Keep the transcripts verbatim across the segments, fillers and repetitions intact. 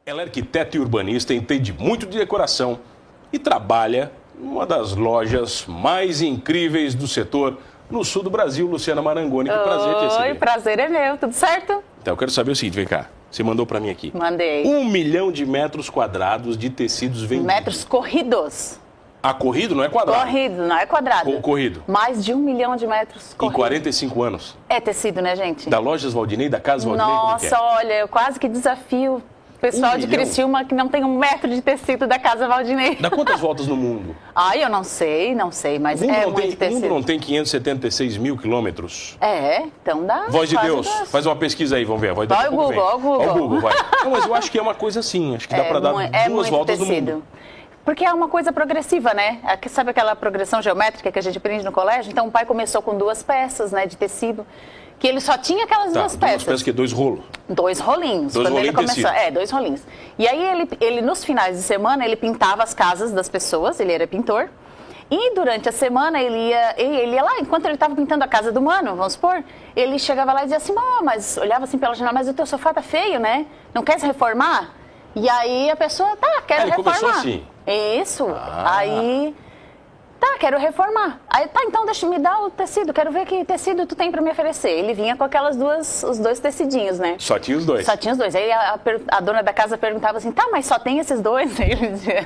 Ela é arquiteta e urbanista, entende muito de decoração e trabalha em uma das lojas mais incríveis do setor no sul do Brasil. Luciana Marangoni, que prazer te receber. Oi, prazer é meu, tudo certo? Então, eu quero saber o seguinte, vem cá, você mandou pra mim aqui. Mandei. Um milhão de metros quadrados de tecidos vendidos. Metros corridos. Ah, corrido não é quadrado? Corrido, não é quadrado. Co- corrido. Mais de um milhão de metros corridos. Em quarenta e cinco anos. É tecido, né, gente? Da Lojas Valdinei, da Casa Valdinei? como é que é? Nossa, olha, eu quase que desafio o pessoal Um de milhão? Criciúma que não tem um metro de tecido da Casa Valdinei. Dá quantas voltas no mundo? Ai, eu não sei, não sei, mas O mundo, é não, muito tem, o tecido. mundo não tem quinhentos e setenta e seis mil quilômetros? É, então dá. Voz de quase Deus, duas. faz uma pesquisa aí, vamos ver. Voz Vai o Google, ó o Google. Ó o Google, vai. Não, mas eu acho que é uma coisa assim, acho que dá É pra dar mu- é duas muito voltas no tecido. mundo. Porque é uma coisa progressiva, né? Aqui, sabe aquela progressão geométrica que a gente aprende no colégio? Então o pai começou com duas peças, né, de tecido, que ele só tinha aquelas Tá, duas duas peças. peças que dois rolos. Dois rolinhos. Dois quando ele rolinhos de começou, tecido. é, dois rolinhos. E aí ele, ele nos finais de semana ele pintava as casas das pessoas, ele era pintor. E durante a semana ele ia, ele ia lá, enquanto ele estava pintando a casa do mano, vamos supor, ele chegava lá e dizia assim, "Mô, mas olhava assim pela janela, mas o teu sofá tá feio, né? Não quer se reformar?" E aí a pessoa, tá, quero Ah, ele reformar. começou assim? Isso. Ah. Aí, tá, quero reformar. Aí, tá, então deixa me dar o tecido, quero ver que tecido tu tem pra me oferecer. Ele vinha com aquelas duas, os dois tecidinhos, né? Só tinha os dois. Só tinha os dois. Aí a, a, a dona da casa perguntava assim, tá, mas só tem esses dois? Aí ele dizia,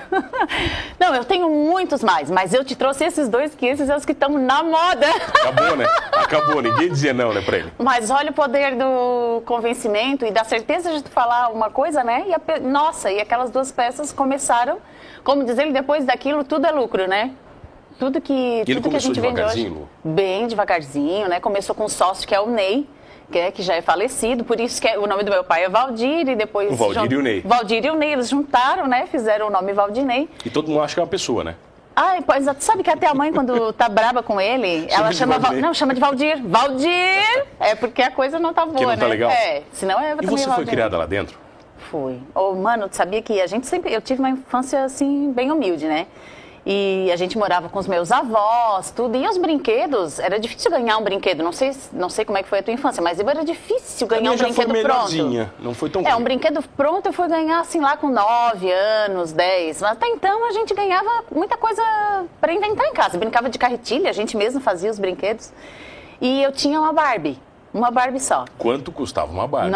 não, eu tenho muitos mais, mas eu te trouxe esses dois, que esses são os que estão na moda. Acabou, né? Acabou, ninguém dizia não, né, pra ele. Mas olha o poder do convencimento e da certeza de tu falar uma coisa, né? E a pe- nossa, e aquelas duas peças começaram, como diz ele, depois daquilo tudo é lucro, né? Tudo que, ele tudo que a começou gente vende hoje. devagarzinho, Lu? Bem devagarzinho, né? Começou com um sócio que é o Ney, que, é, que já é falecido, por isso que é- o nome do meu pai é Valdir e depois... O Valdir jun- e o Ney. Valdir e o Ney, eles juntaram, né? Fizeram o nome Valdinei. E todo mundo acha que é uma pessoa, né? Ai, pois, sabe que até a mãe, quando tá braba com ele, ela de chama... Val- Valdinei. Não, chama de Valdir. Valdir! É porque a coisa não tá boa, Que não né? tá legal? É, senão é E também você foi Valdinei. criada lá dentro? Fui. Ô, mano, tu sabia que a gente sempre... Eu tive uma infância, assim, bem humilde, né? E a gente morava com os meus avós, tudo. E os brinquedos, era difícil ganhar um brinquedo. Não sei, não sei como é que foi a tua infância, mas era difícil ganhar um A minha já foi brinquedo pronto. melhorzinha, não foi tão É, ruim. um brinquedo pronto eu fui ganhar, assim, lá com nove anos, dez. Mas até então a gente ganhava muita coisa para inventar em casa. Brincava de carretilha, a gente mesmo fazia os brinquedos. E eu tinha uma Barbie, uma Barbie só. Quanto custava uma Barbie?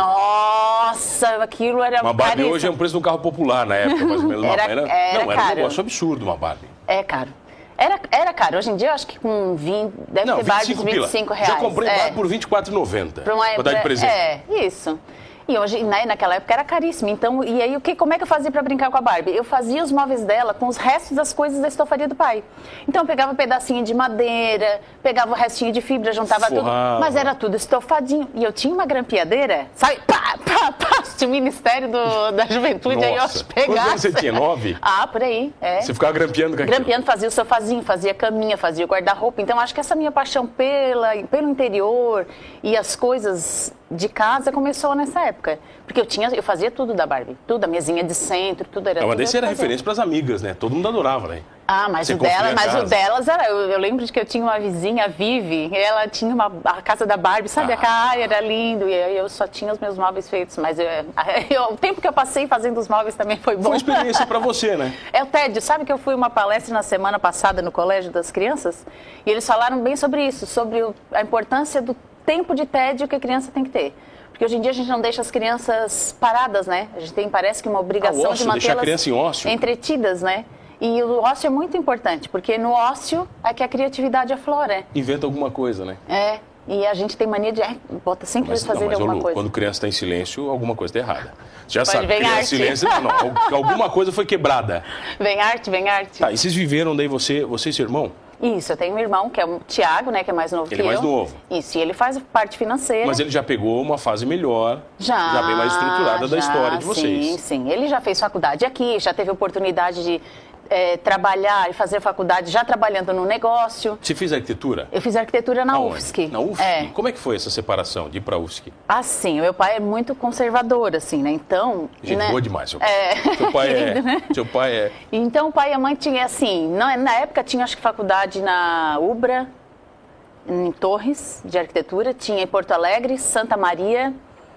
Nossa, aquilo era Uma Barbie caríssimo. hoje é um preço de um carro popular na época, mais ou menos. Uma- Era- era não, era um caro. negócio absurdo uma Barbie. É caro. Era, era caro. Hoje em dia eu acho que com vinte, deve Não, ter Barbies vinte e cinco vinte e pila. cinco reais. Já comprei é. Barbie por vinte e quatro reais e noventa Pra uma centavos. Pra dar de presente. É, isso. E hoje, né, naquela época era caríssimo. Então, e aí o que, como é que eu fazia para brincar com a Barbie? Eu fazia os móveis dela com os restos das coisas da estofaria do pai. Então eu pegava um pedacinho de madeira, pegava o restinho de fibra, juntava Forrava. tudo. Mas era tudo estofadinho. E eu tinha uma grampeadeira, sabe? Pá, pá, pá, tinha o Ministério do, da Juventude, aí eu Nossa. pegava. Quantos anos você tinha? Nove? Ah, por aí, é. Você ficava grampeando com aquilo? Grampeando, fazia o sofazinho, fazia a caminha, fazia o guarda-roupa. Então, acho que essa minha paixão pela, pelo interior e as coisas de casa começou nessa época. Porque eu tinha, eu fazia tudo da Barbie. Tudo, a mesinha de centro, tudo era Não, mas tudo desse eu era fazia. referência pras amigas, né? Todo mundo adorava, né? Ah, mas, Você o, dela, construía a mas o casa. delas era... Eu, eu lembro de que eu tinha uma vizinha, a Vivi, e ela tinha uma, a casa da Barbie, sabe? Ah. A casa era lindo, e aí eu só tinha os meus móveis feitos. Mas eu, eu, o tempo que eu passei fazendo os móveis também foi bom. Foi uma experiência pra você, né? É o tédio. Sabe que eu fui uma palestra na semana passada no Colégio das Crianças? E eles falaram bem sobre isso, sobre o, a importância do tempo de tédio que a criança tem que ter. Porque hoje em dia a gente não deixa as crianças paradas, né? A gente tem, parece que uma obrigação Ah, o ócio, de deixar a mantê-las criança em ócio. entretidas, né? E o ócio é muito importante, porque no ócio é que a criatividade aflora. Inventa alguma coisa, né? É, e a gente tem mania de ai, bota sempre Mas, fazer não, mas ô, alguma Lu, coisa. quando criança está em silêncio, alguma coisa está errada. Você já Pode sabe, vem criança em arte. silêncio, não, al- alguma coisa foi quebrada. Vem arte, vem arte. Tá, e vocês viveram daí, você, você e seu irmão? Isso, eu tenho um irmão, que é o Tiago, né, que é mais novo Ele que é mais eu. novo. Isso, e ele faz parte financeira. Mas ele já pegou uma fase melhor, Já, já bem mais estruturada da já, história de vocês. Sim, sim. Ele já fez faculdade aqui, já teve oportunidade de é, trabalhar e fazer faculdade já trabalhando no negócio. Você fez arquitetura? Eu fiz arquitetura na Aonde? U F S C. Na U F S C? É. Como é que foi essa separação de ir pra U F S C? Assim, o meu pai é muito conservador, assim, né? Então... Gente, né? boa demais, seu pai. É. Seu pai Querido, é... né? Seu pai é... Então, o pai e a mãe tinham, assim, na, na época tinha, acho que, faculdade na Ubra, em Torres, de arquitetura, tinha em Porto Alegre, Santa Maria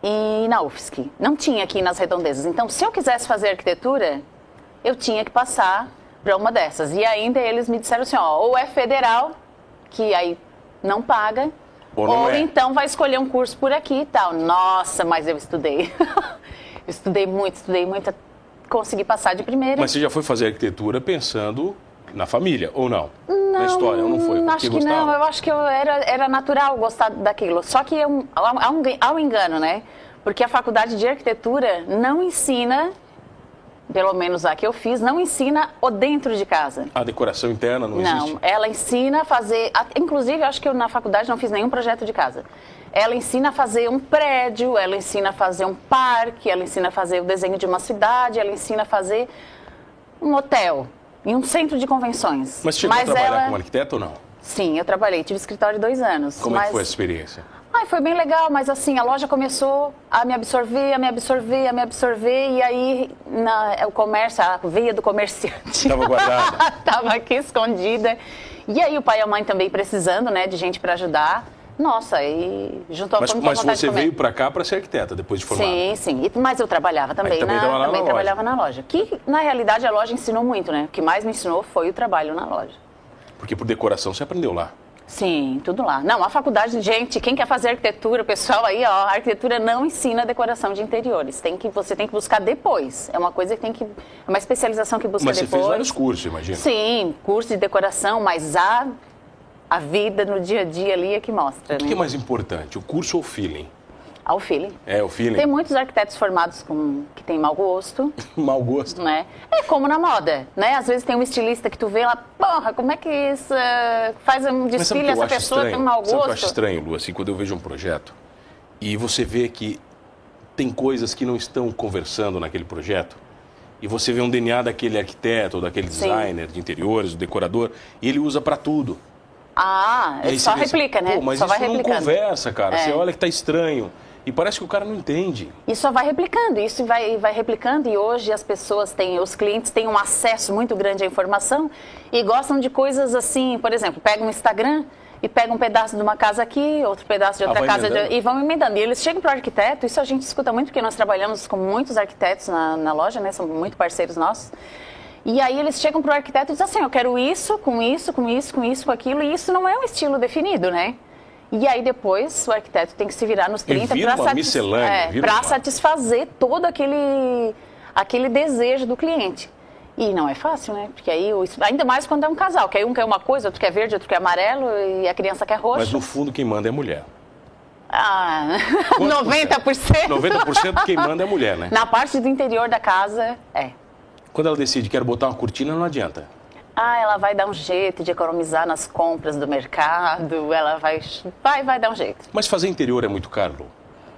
e na U F S C. Não tinha aqui nas Redondezas. Então, se eu quisesse fazer arquitetura, eu tinha que passar para uma dessas. E ainda eles me disseram assim, ó, ou é federal, que aí não paga, ou, não ou é. então vai escolher um curso por aqui e tal. Nossa, mas eu estudei. Eu estudei muito, estudei muito, consegui passar de primeira. Mas você já foi fazer arquitetura pensando na família, ou não? Não, na história, ou não foi? Acho que gostava? Não, eu acho que eu era, era natural gostar daquilo. Só que eu, há, um, há um engano, né? Porque a faculdade de arquitetura não ensina, pelo menos a que eu fiz, não ensina o dentro de casa. A decoração interna não, não existe? Não, ela ensina a fazer... Inclusive, eu acho que eu na faculdade não fiz nenhum projeto de casa. Ela ensina a fazer um prédio, ela ensina a fazer um parque, ela ensina a fazer o desenho de uma cidade, ela ensina a fazer um hotel e um centro de convenções. Mas chegou mas a trabalhar ela... como arquiteto ou não? Sim, eu trabalhei, tive escritório dois anos. Como mas... é que foi essa experiência? Ai, foi bem legal, mas assim, a loja começou a me absorver, a me absorver, a me absorver, e aí na, o comércio, a veia do comerciante... Estava guardada. Estava aqui escondida. E aí o pai e a mãe também precisando, né, de gente para ajudar. Nossa, e juntou a Mas, fome com a mas vontade você de comer. veio para cá para ser arquiteta, depois de formada? Sim, sim. E, mas eu trabalhava também, Aí também na, trabalhava também na trabalhava loja. na loja. Que, na realidade, a loja ensinou muito, né? O que mais me ensinou foi o trabalho na loja. Porque por decoração você aprendeu lá. Sim, tudo lá. Não, a faculdade, gente, quem quer fazer arquitetura, pessoal aí, ó, a arquitetura não ensina decoração de interiores. Tem que, você tem que buscar depois. É uma coisa que tem que... É uma especialização que busca mas depois. Mas você fez vários cursos, imagina. Sim, curso de decoração, mas a, a vida no dia a dia ali é que mostra. O que, né? que é mais importante, o curso ou o feeling? Ao feeling. É, o feeling. Tem muitos arquitetos formados com, que tem mau gosto. Mau gosto. Né? É como na moda, né? Às vezes tem um estilista que tu vê lá, porra, como é que isso, uh, faz um desfile, essa pessoa estranho? tem um mau gosto. Sabe o que eu acho estranho, Lu, assim, quando eu vejo um projeto e você vê que tem coisas que não estão conversando naquele projeto e você vê um D N A daquele arquiteto, ou daquele Sim. designer de interiores, do decorador, e ele usa para tudo. Ah, E aí só você pensa, replica, né? Pô, mas só isso vai não replicando. conversa, cara. É. Você olha que tá estranho. E parece que o cara não entende. E só vai replicando, isso vai, vai replicando e hoje as pessoas têm, os clientes têm um acesso muito grande à informação e gostam de coisas assim, por exemplo, pega um Instagram e pega um pedaço de uma casa aqui, outro pedaço de outra ah, casa de, e vão emendando. E eles chegam para o arquiteto, isso a gente escuta muito porque nós trabalhamos com muitos arquitetos na, na loja, né, são muito parceiros nossos. E aí eles chegam para o arquiteto e dizem assim, eu quero isso, com isso, com isso, com isso, com aquilo, e isso não é um estilo definido, né? E aí depois o arquiteto tem que se virar nos trinta para satis... é, uma... satisfazer todo aquele, aquele desejo do cliente. E não é fácil, né? Porque aí, ainda mais quando é um casal, que aí um quer uma coisa, outro quer verde, outro quer amarelo e a criança quer roxo. Mas no fundo quem manda é a mulher. Ah, noventa por cento. noventa por cento quem manda é a mulher, né? Na parte do interior da casa, é. Quando ela decide que quer botar uma cortina, não adianta. Ah, ela vai dar um jeito de economizar nas compras do mercado, ela vai, vai, vai dar um jeito. Mas fazer interior é muito caro, Lu?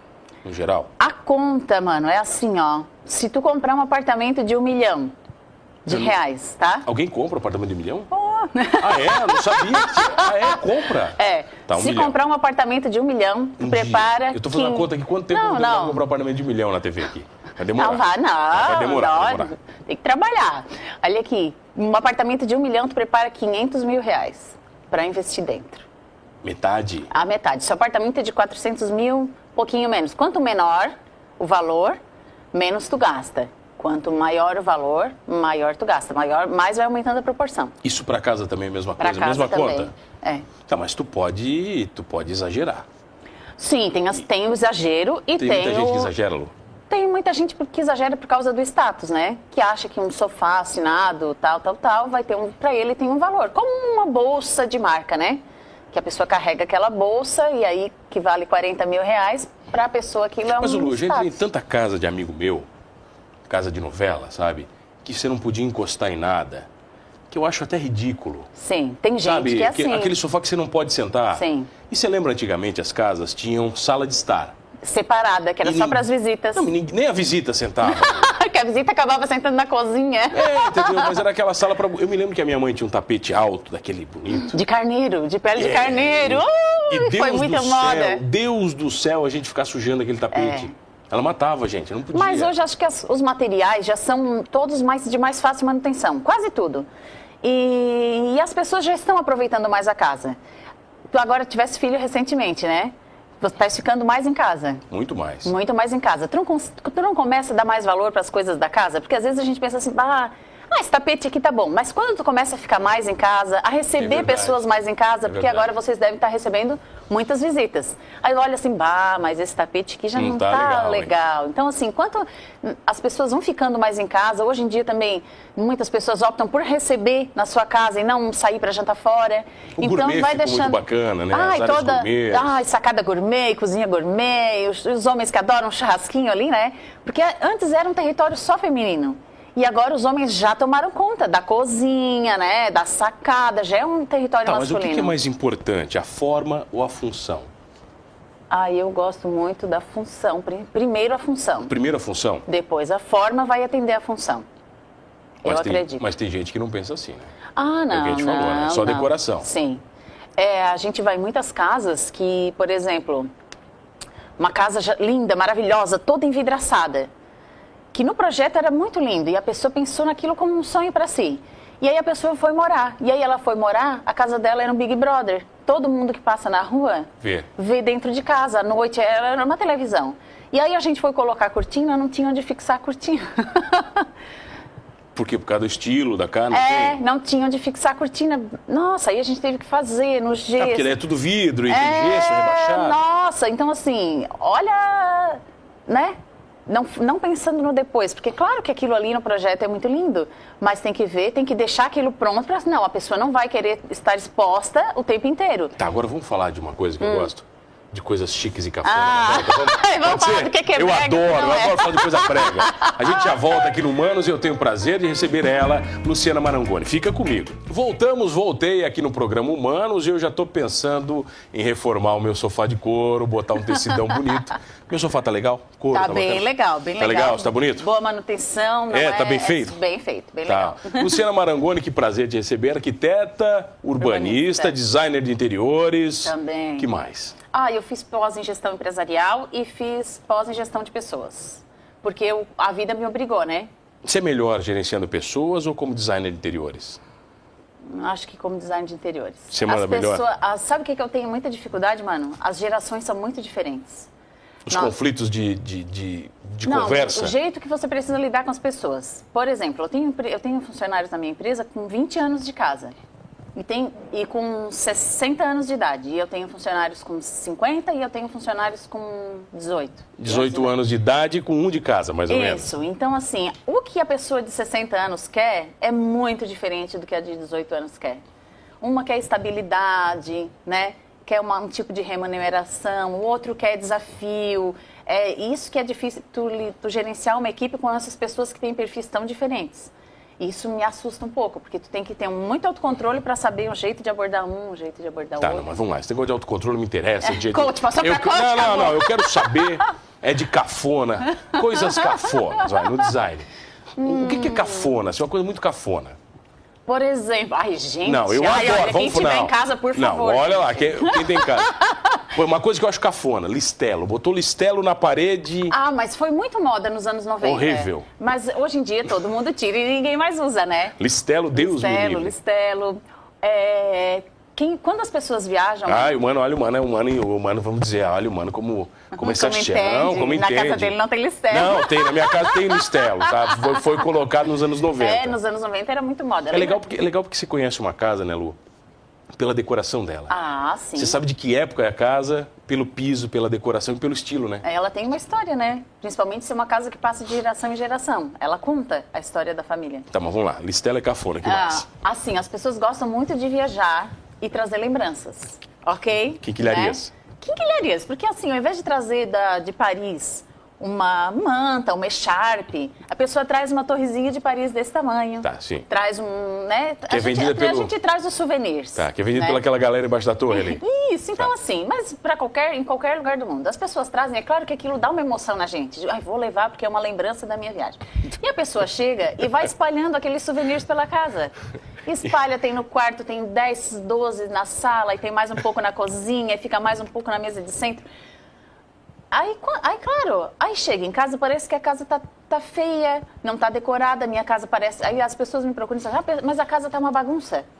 No geral? A conta, mano, é assim, ó. Se tu comprar um apartamento de um milhão de não... reais, tá? Alguém compra um apartamento de um milhão? Oh. Ah, é? Não sabia. Ah, é? Compra? É. Tá, um Se milhão. comprar um apartamento de um milhão, tu um prepara... Dia. Eu tô fazendo que... a conta aqui. Quanto tempo não, eu não. vou comprar um apartamento de um milhão na T V aqui? Vai demorar. Não, vai, não. Ah, vai demorar, não, vai demorar. Tem que trabalhar. Olha aqui, um apartamento de um milhão, tu prepara quinhentos mil reais para investir dentro. Metade? A metade. Se o apartamento é de quatrocentos mil, pouquinho menos. Quanto menor o valor, menos tu gasta. Quanto maior o valor, maior tu gasta. Maior, mais vai aumentando a proporção. Isso para casa também é a mesma pra coisa, a casa mesma também. conta? É. Tá, mas tu pode, tu pode exagerar. Sim, tem, as, tem o exagero e tem, tem muita gente o... que exagera, Lu? Tem muita gente que exagera por causa do status, né? Que acha que um sofá assinado, tal, tal, tal, vai ter um, para ele tem um valor. Como uma bolsa de marca, né? Que a pessoa carrega aquela bolsa e aí que vale quarenta mil reais, para a pessoa aquilo é um Mas, Lu, a gente status. tem tanta casa de amigo meu, casa de novela, sabe? Que você não podia encostar em nada. Que eu acho até ridículo. Sim, tem gente sabe? que é assim. Aquele sofá que você não pode sentar. Sim. E você lembra antigamente as casas tinham sala de estar. Separada, que era E só nem- para as visitas. Não, nem nem a visita sentava. Que a visita acabava sentando na cozinha. É, entendeu? Mas era aquela sala para. Eu me lembro que a minha mãe tinha um tapete alto, daquele bonito. De carneiro, de pele de É. carneiro. E Ui, Deus foi muita do moda. céu, Deus do céu, a gente ficar sujando aquele tapete. É. Ela matava a gente, não podia. Mas hoje acho que as- os materiais já são todos mais, de mais fácil manutenção, quase tudo. E, e as pessoas já estão aproveitando mais a casa. Tu agora tivesse filho recentemente, né? Você está ficando mais em casa. Muito mais. Muito mais em casa. Tu não, tu não começa a dar mais valor para as coisas da casa? Porque às vezes a gente pensa assim, ah, ah, esse tapete aqui tá bom. Mas quando tu começa a ficar mais em casa, a receber é pessoas mais em casa, é porque verdade. Agora vocês devem estar recebendo muitas visitas. Aí olha assim, bah, mas esse tapete aqui já não, não tá, tá legal. legal. Então assim, enquanto as pessoas vão ficando mais em casa, hoje em dia também muitas pessoas optam por receber na sua casa e não sair para jantar fora. O então gourmet vai deixando muito bacana, né? Ai, As toda, gourmet. ai, sacada gourmet, cozinha gourmet, os, os homens que adoram um churrasquinho ali, né? Porque antes era um território só feminino. E agora os homens já tomaram conta da cozinha, né? Da sacada, já é um território tá, masculino. Mas o que é mais importante, a forma ou a função? Ah, eu gosto muito da função. Primeiro a função. Primeiro a função? Depois a forma vai atender a função. Mas eu tem, acredito. Mas tem gente que não pensa assim, né? Ah, não, é o que a gente não, falou, né? Só não. decoração. Sim. É, a gente vai em muitas casas que, por exemplo, uma casa linda, maravilhosa, toda envidraçada, que no projeto era muito lindo e a pessoa pensou naquilo como um sonho para si. E aí a pessoa foi morar. E aí ela foi morar, a casa dela era um Big Brother. Todo mundo que passa na rua vê, vê dentro de casa. À noite era uma televisão. E aí a gente foi colocar a cortina, não tinha onde fixar a cortina. Por quê? Por causa do estilo da casa? Não é, tem? não tinha onde fixar a cortina. Nossa, aí a gente teve que fazer no gesso. Ah, porque é tudo vidro e é, tem gesso rebaixado. Nossa, então assim, olha, né? Não, não pensando no depois, porque claro que aquilo ali no projeto é muito lindo, mas tem que ver, tem que deixar aquilo pronto para não, a pessoa não vai querer estar exposta o tempo inteiro. Tá, agora vamos falar de uma coisa que hum. eu gosto. De coisas chiques e cafona. Ah, né? Vamos, vamos falar do que é eu brega, adoro, eu é. adoro falar de coisa prega. A gente já volta aqui no Humanos e eu tenho o prazer de receber ela, Luciana Marangoni. Fica comigo. Voltamos, voltei aqui no programa Humanos e eu já estou pensando em reformar o meu sofá de couro, botar um tecidão bonito. Meu sofá tá legal? Couro, tá, tá bem bacana? legal, bem tá legal. Tá legal? Tá bonito? Boa manutenção, não é? É, tá bem feito? É bem feito, bem tá. legal. Luciana Marangoni, que prazer de receber. Arquiteta, urbanista, urbanista, designer de interiores. Também. Que mais? Ah, eu fiz pós em gestão empresarial e fiz pós em gestão de pessoas. Porque eu, a vida me obrigou, né? Você é melhor gerenciando pessoas ou como designer de interiores? Acho que como design de interiores. Você manda As melhor? Pessoas, as, sabe o que, que eu tenho muita dificuldade, mano? As gerações são muito diferentes. Os Nossa. conflitos de, de, de, de Não, conversa? O jeito que você precisa lidar com as pessoas. Por exemplo, eu tenho, eu tenho funcionários na minha empresa com vinte anos de casa. E, tem, e com sessenta anos de idade. E eu tenho funcionários com cinquenta e eu tenho funcionários com dezoito. dezoito anos de idade com um de casa, mais ou Isso. menos. Isso. Então, assim, o que a pessoa de sessenta anos quer é muito diferente do que a de dezoito anos quer. Uma quer estabilidade, né? Quer uma, um tipo de remuneração. O outro quer desafio. É isso que é difícil, tu, tu gerenciar uma equipe com essas pessoas que têm perfis tão diferentes. Isso me assusta um pouco, porque tu tem que ter muito autocontrole para saber um jeito de abordar um, um jeito de abordar o tá, outro. Tá, mas vamos lá. Esse negócio de autocontrole me interessa. É, de... coach, passou eu... pra coach, Não, não, acabou. não. Eu quero saber é de cafona. Coisas cafonas, vai, no design. Hum. O que, que é cafona? Isso é uma coisa muito cafona. Por exemplo, ai, gente, não, eu ai, adoro. olha, quem Vamos, tiver não, em casa, por favor. Não, olha lá, quem, quem tem em casa. Foi uma coisa que eu acho cafona, listelo. Botou listelo na parede. Ah, mas foi muito moda nos anos noventa. Horrível. Mas hoje em dia todo mundo tira e ninguém mais usa, né? Listelo, Deus listelo, me livre. Listelo, é... Quem, quando as pessoas viajam... Ah, o humano, olha o humano, é humano, o humano, vamos dizer, olha o humano como, como é sastião, como entende. entende. Na casa dele não tem listelo. Não, tem, na minha casa tem listelo, tá? Foi, foi colocado nos anos noventa. É, nos anos noventa era muito moda. É legal porque, é legal porque você conhece uma casa, né, Lu? Pela decoração dela. Ah, sim. Você sabe de que época é a casa, pelo piso, pela decoração e pelo estilo, né? Ela tem uma história, né? Principalmente se é uma casa que passa de geração em geração. Ela conta a história da família. Tá, mas vamos lá. Listela é cafona, que ah, mais? Assim, as pessoas gostam muito de viajar e trazer lembranças, ok? Quinquilharias. Né? Quinquilharias, porque assim, ao invés de trazer da, de Paris uma manta, uma echarpe, a pessoa traz uma torrezinha de Paris desse tamanho. Tá, sim. Traz um, né? Que a, é gente, vendida a, pelo... a gente traz os souvenirs. Tá, que é vendido né? pelaquela galera embaixo da torre ali. Isso, então tá. Assim, mas para qualquer, em qualquer lugar do mundo. As pessoas trazem, é claro que aquilo dá uma emoção na gente. Ai, vou levar porque é uma lembrança da minha viagem. E a pessoa chega e vai espalhando aqueles souvenirs pela casa. Espalha, tem no quarto, tem dez, doze na sala, e tem mais um pouco na cozinha, e fica mais um pouco na mesa de centro. Aí, aí, claro, aí chega em casa, parece que a casa tá, tá feia, não tá decorada, a minha casa parece... Aí as pessoas me procuram e dizem, ah, mas a casa tá uma bagunça.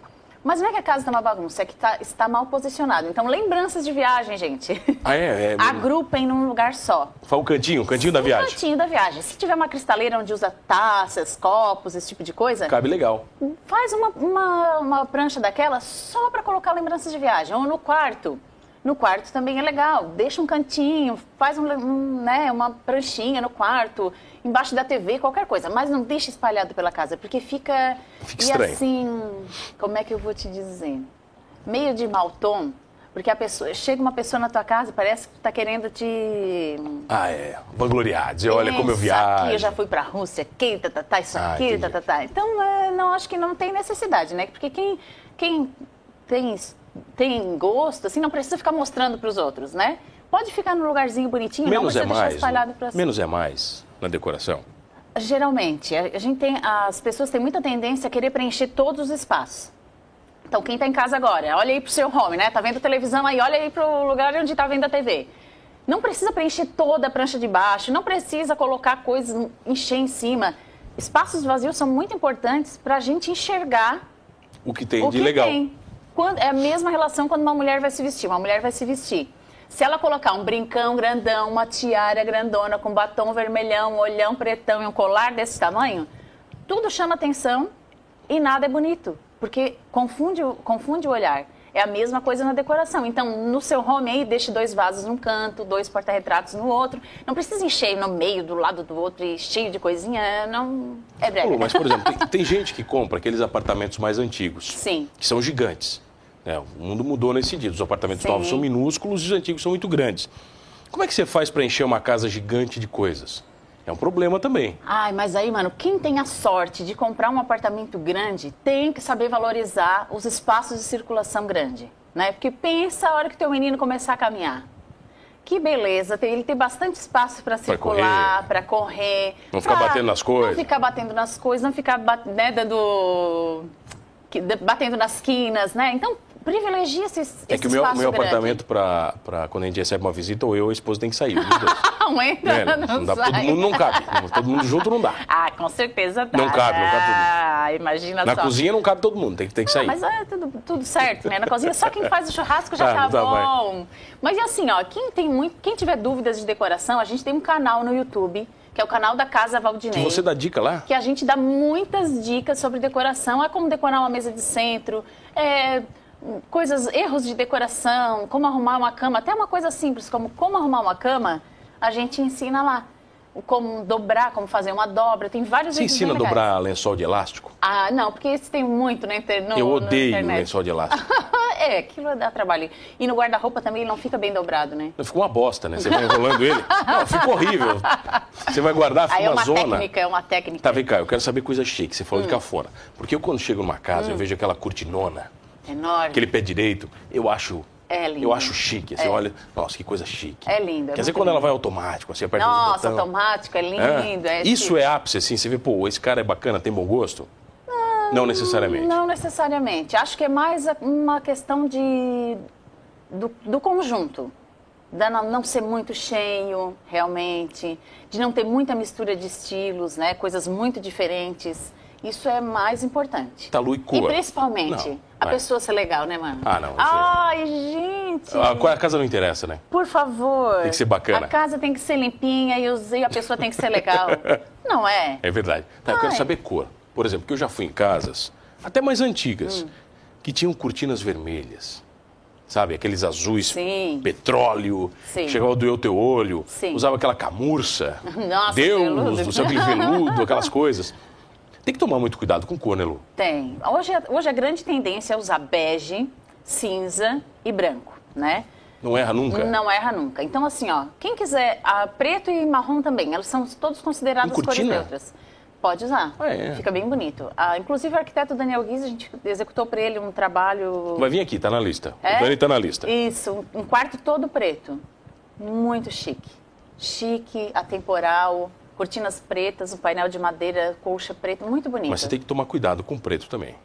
Mas não é que a casa está uma bagunça, é que tá, está mal posicionado. Então, lembranças de viagem, gente. Ah, é? é Agrupem num lugar só. Fala o cantinho, o cantinho da viagem. O cantinho da viagem. Se tiver uma cristaleira onde usa taças, copos, esse tipo de coisa... Cabe legal. Faz uma, uma, uma prancha daquela só para colocar lembranças de viagem. Ou no quarto. No quarto também é legal. Deixa um cantinho, faz um, um, né, uma pranchinha no quarto, embaixo da T V, qualquer coisa. Mas não deixa espalhado pela casa, porque fica... Fica e estranho. assim, como é que eu vou te dizer? Meio de mau tom, porque a pessoa, chega uma pessoa na tua casa, parece que tá querendo te... Ah, é. Vangloriar, dizer, olha como eu viajo. Aqui eu já fui pra Rússia, aqui, tá, tá, tá, isso Ah, aqui, tá, tá, tá. Então, é, não, acho que não tem necessidade, né? Porque quem, quem tem... tem gosto, assim, não precisa ficar mostrando para os outros, né? Pode ficar num lugarzinho bonitinho, Menos não precisa é deixar mais, espalhado para cima. Menos é mais na decoração. Geralmente, a gente tem, as pessoas têm muita tendência a querer preencher todos os espaços. Então, quem está em casa agora, olha aí pro seu home, né? Tá vendo televisão aí, olha aí pro lugar onde tá vendo a T V. Não precisa preencher toda a prancha de baixo, não precisa colocar coisas, encher em cima. Espaços vazios são muito importantes para a gente enxergar O que tem o de que legal. tem. Quando, é a mesma relação quando uma mulher vai se vestir. Uma mulher vai se vestir. Se ela colocar um brincão grandão, uma tiara grandona, com batom vermelhão, um olhão pretão e um colar desse tamanho, tudo chama atenção e nada é bonito. Porque confunde, confunde o olhar. É a mesma coisa na decoração. Então, no seu home aí, deixe dois vasos num canto, dois porta-retratos no outro. Não precisa encher no meio, do lado do outro, e cheio de coisinha. Não é brega. Pô, mas, por exemplo, tem, tem gente que compra aqueles apartamentos mais antigos. Sim. Que são gigantes. É, o mundo mudou nesse sentido. Os apartamentos Sim. novos são minúsculos e os antigos são muito grandes. Como é que você faz para encher uma casa gigante de coisas? É um problema também. Ai, mas aí, mano, quem tem a sorte de comprar um apartamento grande tem que saber valorizar os espaços de circulação grande, né? Porque pensa a hora que teu menino começar a caminhar. Que beleza, ele tem bastante espaço para circular, para correr. Não ficar pra batendo nas coisas. Não ficar batendo nas coisas, não ficar bat- né, dando... que- batendo nas quinas, né? Então, privilegia esse, esse É que o meu, espaço meu grande. apartamento, para quando a gente recebe uma visita, ou eu ou a esposa tem que sair. Os dois. Não entra, É, não, não não dá, sai. todo mundo não cabe. Não, todo mundo junto não dá. Ah, com certeza dá. Não cabe, não cabe todo mundo. Ah, imagina Na só. cozinha não cabe todo mundo, tem, que- tem que sair. Mas é tudo, tudo certo, né? Na cozinha só quem faz o churrasco já Ah, tá, tá, vai. bom. Mas e assim, ó, quem tem muito, quem tiver dúvidas de decoração, a gente tem um canal no YouTube, que é o canal da Casa Valdinei. Que você dá dica lá? Que a gente dá muitas dicas sobre decoração, é como decorar uma mesa de centro, é, coisas, erros de decoração, como arrumar uma cama, até uma coisa simples como como arrumar uma cama, a gente ensina lá. Como dobrar, como fazer uma dobra, tem vários Você vídeos ensina a bem legais. dobrar lençol de elástico? Ah, não, porque esse tem muito na, inter... no, Eu na odeio internet. lençol de elástico. É, aquilo dá trabalho. E no guarda-roupa também ele não fica bem dobrado, né? Fica uma bosta, né? Você vai enrolando ele. Não, fica horrível. Você vai guardar, fica Aí é uma uma zona. técnica, é uma técnica. Tá, vem cá, eu quero saber coisa chique. Você falou de cafona. Porque eu, quando chego numa casa, eu vejo aquela cortinona, Enorme. aquele pé direito, eu acho... É lindo. Eu acho chique, assim, É. olha, nossa, que coisa chique. É lindo. é Quer dizer, muito quando ela lindo. vai automático, assim, aperta os Nossa, botões. automático, é lindo. É Isso chique. é ápice, assim, você vê, pô, esse cara é bacana, tem bom gosto? Não necessariamente. Não necessariamente. Acho que é mais uma questão de do, do conjunto. De não, não ser muito cheio, realmente. De não ter muita mistura de estilos, né? Coisas muito diferentes. Isso é mais importante. Tá lua e cor. E principalmente, Não, a vai. pessoa ser legal, né, mano? Ah, não, isso Ai, gente! A, a casa não interessa, né? Por favor. Tem que ser bacana. A casa tem que ser limpinha e os- e a pessoa tem que ser legal. Não é? É verdade. Tá, eu quero Ai. saber cor. Por exemplo, que eu já fui em casas, até mais antigas, Hum. que tinham cortinas vermelhas. Sabe, aqueles azuis, Sim. petróleo, Sim. chegava a doer o teu olho, Sim. usava aquela camurça, Nossa, Deus veludo. do céu, aquele veludo, aquelas coisas. Tem que tomar muito cuidado com cor, né, Lu? Tem. Hoje, é- hoje a grande tendência é usar bege, cinza e branco, né? Não erra nunca? Não erra nunca. Então, assim, ó, quem quiser, a preto e marrom também, elas são todos consideradas Em cores cortina? neutras. Pode usar. Ah, é? Fica bem bonito. Ah, inclusive, o arquiteto Daniel Guiz, a gente executou para ele um trabalho... Vai vir aqui, tá na lista. É? O Dani tá na lista. Isso, um quarto todo preto. Muito chique. Chique, atemporal, cortinas pretas, um painel de madeira, colcha preta, muito bonito. Mas você tem que tomar cuidado com o preto também.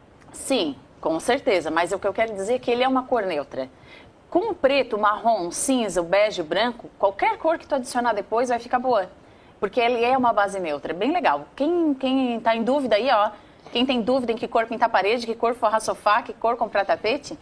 Sim, com certeza, mas o que eu quero dizer é que ele é uma cor neutra. Com o preto, o marrom, o cinza, o bege, o branco, qualquer cor que tu adicionar depois vai ficar boa. Porque ele é uma base neutra, é bem legal. Quem, quem tá em dúvida aí, ó, Quem tem dúvida em que cor pintar parede, que cor forrar sofá, que cor comprar tapete,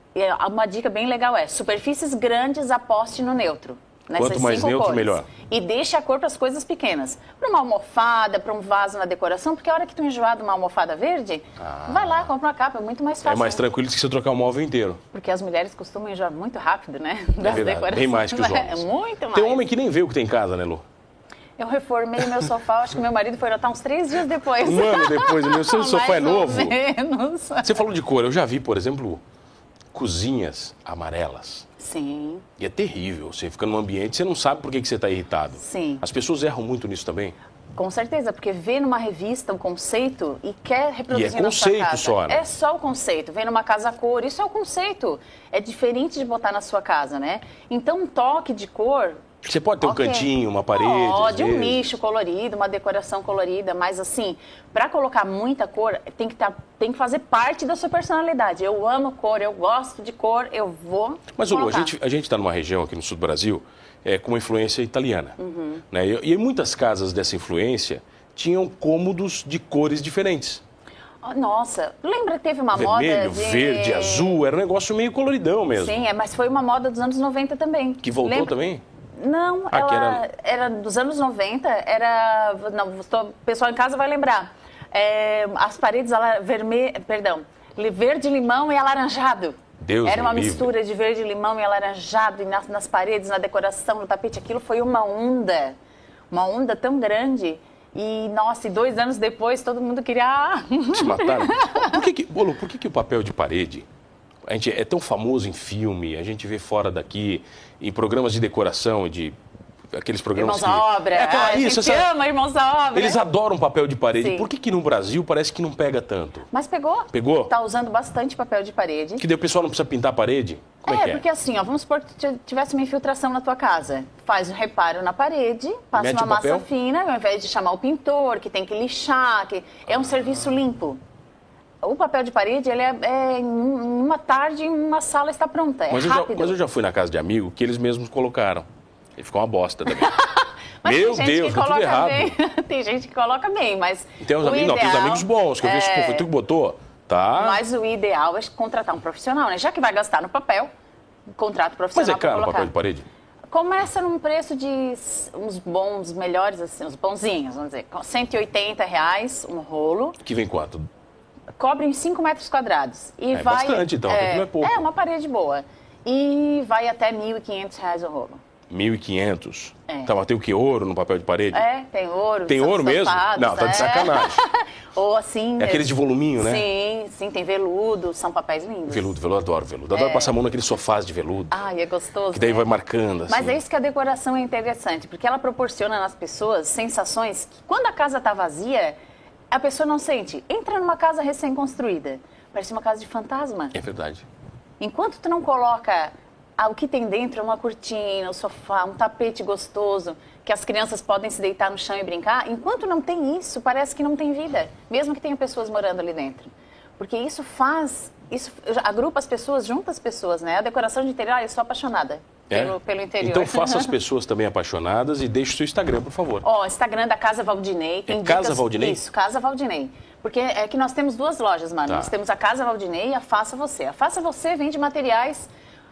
uma dica bem legal é, superfícies grandes, aposte no neutro. Quanto mais neutro, cores. melhor. E deixa a cor para as coisas pequenas. Para uma almofada, para um vaso na decoração, porque a hora que tu enjoar de uma almofada verde, ah. vai lá, compra uma capa, é muito mais fácil. É mais tranquilo que se você trocar o móvel inteiro. Porque as mulheres costumam enjoar muito rápido, né? Das é verdade, decorações. Bem mais que os homens. É muito mais. Tem homem que nem vê o que tem em casa, né, Lu? Eu reformei o meu sofá, acho que meu marido foi notar uns três dias depois. Um ano depois, o seu sofá é novo? Menos. Você falou de cor, eu já vi, por exemplo, cozinhas amarelas. Sim. E é terrível, você fica num ambiente, você não sabe por que que você está irritado. Sim. As pessoas erram muito nisso também? Com certeza, porque vê numa revista o conceito e quer reproduzir e é na sua casa. conceito só, né? É só o conceito. Vê numa casa a cor, isso é o conceito. É diferente de botar na sua casa, né? Então, um toque de cor... Você pode ter okay. um cantinho, uma parede. Pode, um nicho colorido, uma decoração colorida, mas assim, para colocar muita cor, tem que, tá, tem que fazer parte da sua personalidade. Eu amo cor, eu gosto de cor, eu vou. Mas, Lu, a gente a gente está numa região aqui no sul do Brasil é, com uma influência italiana. Uhum. Né? E, e muitas casas dessa influência tinham cômodos de cores diferentes. Nossa, lembra que teve uma Vermelho, moda de... verde, azul, era um negócio meio coloridão mesmo. Sim, é, mas foi uma moda dos anos noventa também. Que voltou lembra... também? Não, ah, ela era... era dos anos noventa, era... Não, o pessoal em casa vai lembrar. É, as paredes vermelhas, perdão, verde, limão e alaranjado. Deus era uma livre. mistura de verde, limão e alaranjado e nas, nas paredes, na decoração, no tapete. Aquilo foi uma onda, uma onda tão grande. E, nossa, e dois anos depois todo mundo queria... Te mataram? Por que que, Bolo, por que que o papel de parede... A gente é tão famoso em filme, a gente vê fora daqui, em programas de decoração, de aqueles programas Irmãos que... à Obra, é, aquela, a isso, gente essa... ama Irmãos à Obra. Eles adoram papel de parede. Sim. Por que que no Brasil parece que não pega tanto? Mas pegou. Pegou? Tá usando bastante papel de parede. Que daí o pessoal não precisa pintar a parede? Como é, é, que é? porque assim, ó, vamos supor que tivesse uma infiltração na tua casa. Faz um reparo na parede, passa Mete uma o papel? massa fina, ao invés de chamar o pintor, que tem que lixar, que é um serviço limpo. O papel de parede, ele é, é em uma tarde, uma sala está pronta, é mas rápido. Eu já, mas eu já fui na casa de amigo que eles mesmos colocaram. E ficou uma bosta também. Mas Meu tem gente Deus, que tá tudo coloca errado. bem. Tem gente que coloca bem, mas tem uns o amigos, ideal, não, tem uns amigos bons, que eu é... vejo, pô, foi tu que botou? Tá. Mas o ideal é contratar um profissional, né? Já que vai gastar no papel, contrata um profissional. Mas é caro o papel papel de parede? Começa num preço de uns bons, melhores, assim, uns bonzinhos, vamos dizer, cento e oitenta reais um rolo. Que vem quanto? Cobre em cinco metros quadrados. E é vai, bastante, então, é, não é pouco. É, uma parede boa. E vai até mil e quinhentos reais o rolo. mil e quinhentos? É. Tá, mas tem o que? Ouro no papel de parede? É, tem ouro. Tem ouro mesmo? Não, tá é. de sacanagem. Ou assim... É aqueles de voluminho, né? Sim, sim, tem veludo, são papéis lindos. Veludo, veludo, adoro veludo. Adoro é. passar a mão naqueles sofás de veludo. Ai, é gostoso. Que daí né? vai marcando, assim. Mas é isso que a decoração é interessante, porque ela proporciona nas pessoas sensações que quando a casa tá vazia, a pessoa não sente. Entra numa casa recém-construída, parece uma casa de fantasma. É verdade. Enquanto tu não coloca ah, o que tem dentro, uma cortina, um sofá, um tapete gostoso, que as crianças podem se deitar no chão e brincar, enquanto não tem isso, parece que não tem vida, mesmo que tenha pessoas morando ali dentro. Porque isso faz, isso agrupa as pessoas, junta as pessoas, né? A decoração de interior, eu sou apaixonada é? pelo, pelo interior. Então faça as pessoas também apaixonadas e deixe o seu Instagram, por favor. Ó, oh, Instagram da Casa Valdinei. Tem é dicas... Casa Valdinei? Isso, Casa Valdinei. Porque é que nós temos duas lojas, mano. Tá. Nós temos a Casa Valdinei e a Faça Você. A Faça Você vende materiais...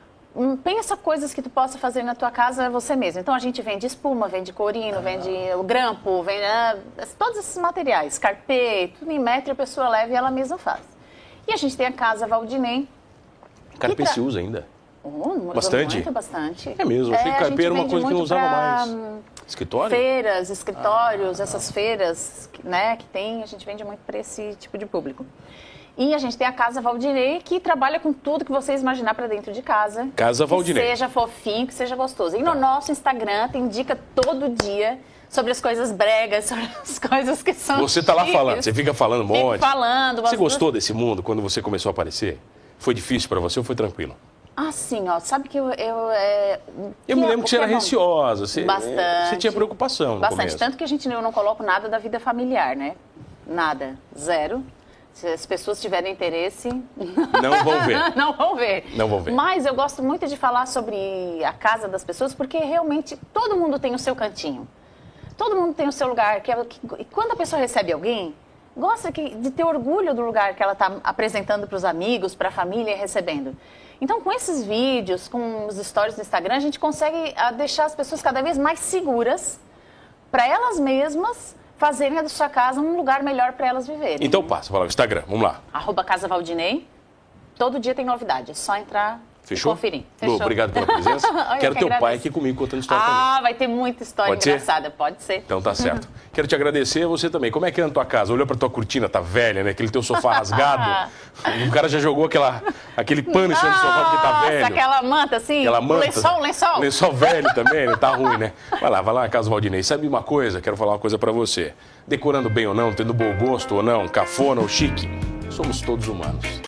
Pensa coisas que tu possa fazer na tua casa você mesmo. Então, a gente vende espuma, vende corino, ah. vende o grampo, vende ah, todos esses materiais. Carpê, tudo em metro, a pessoa leva e ela mesma faz. E a gente tem a Casa Valdinei. Carpê tra... se usa ainda? Oh, bastante? Muito, bastante. É mesmo, achei é, que carpê era uma coisa que não usava pra... mais. Escritório? Feiras, escritórios, ah. essas feiras, né, que tem, a gente vende muito para esse tipo de público. E a gente tem a Casa Valdinei, que trabalha com tudo que vocês imaginar para dentro de casa. Casa Valdinei. Que seja fofinho, que seja gostoso. E no tá. nosso Instagram tem dica todo dia sobre as coisas bregas, sobre as coisas que são Você tá lá chiques. falando, você fica falando um monte. Fico falando. Você gostou desse mundo quando você começou a aparecer? Foi difícil para você ou foi tranquilo? Ah, sim, ó. Sabe que eu... Eu, é, eu me lembro que você era é receosa. Você, Bastante. Você tinha preocupação no Bastante. começo. Tanto que a gente, eu não coloco nada da vida familiar, né? Nada. Zero. Se as pessoas tiverem interesse... Não vão ver. Não vão ver. Não vão ver. Mas eu gosto muito de falar sobre a casa das pessoas, porque realmente todo mundo tem o seu cantinho. Todo mundo tem o seu lugar. Que é, que, e quando a pessoa recebe alguém, gosta que, de ter orgulho do lugar que ela está apresentando para os amigos, para a família e recebendo. Então, com esses vídeos, com os stories do Instagram, a gente consegue a, deixar as pessoas cada vez mais seguras para elas mesmas fazerem da sua casa um lugar melhor para elas viverem. Então passa, fala o Instagram, vamos lá. Arroba Casa Valdinei. Todo dia tem novidade, é só entrar Fechou? e conferir. Fechou? Lu, obrigado pela presença. Quero que teu agradeço. pai aqui comigo contando história ah, também. Ah, vai ter muita história Pode engraçada, ser? pode ser. Então tá certo. Quero te agradecer, você também. Como é que é na tua casa? Olhou pra tua cortina, tá velha, né? Aquele teu sofá rasgado. O cara já jogou aquela, aquele pano em cima do sofá porque tá velho. Aquela manta assim, aquela manta, lençol, lençol. Lençol velho também, né? Tá ruim, né? Vai lá, vai lá na Casa Valdinei. Sabe uma coisa? Quero falar uma coisa pra você. Decorando bem ou não, tendo bom gosto ou não, cafona ou chique, somos todos humanos.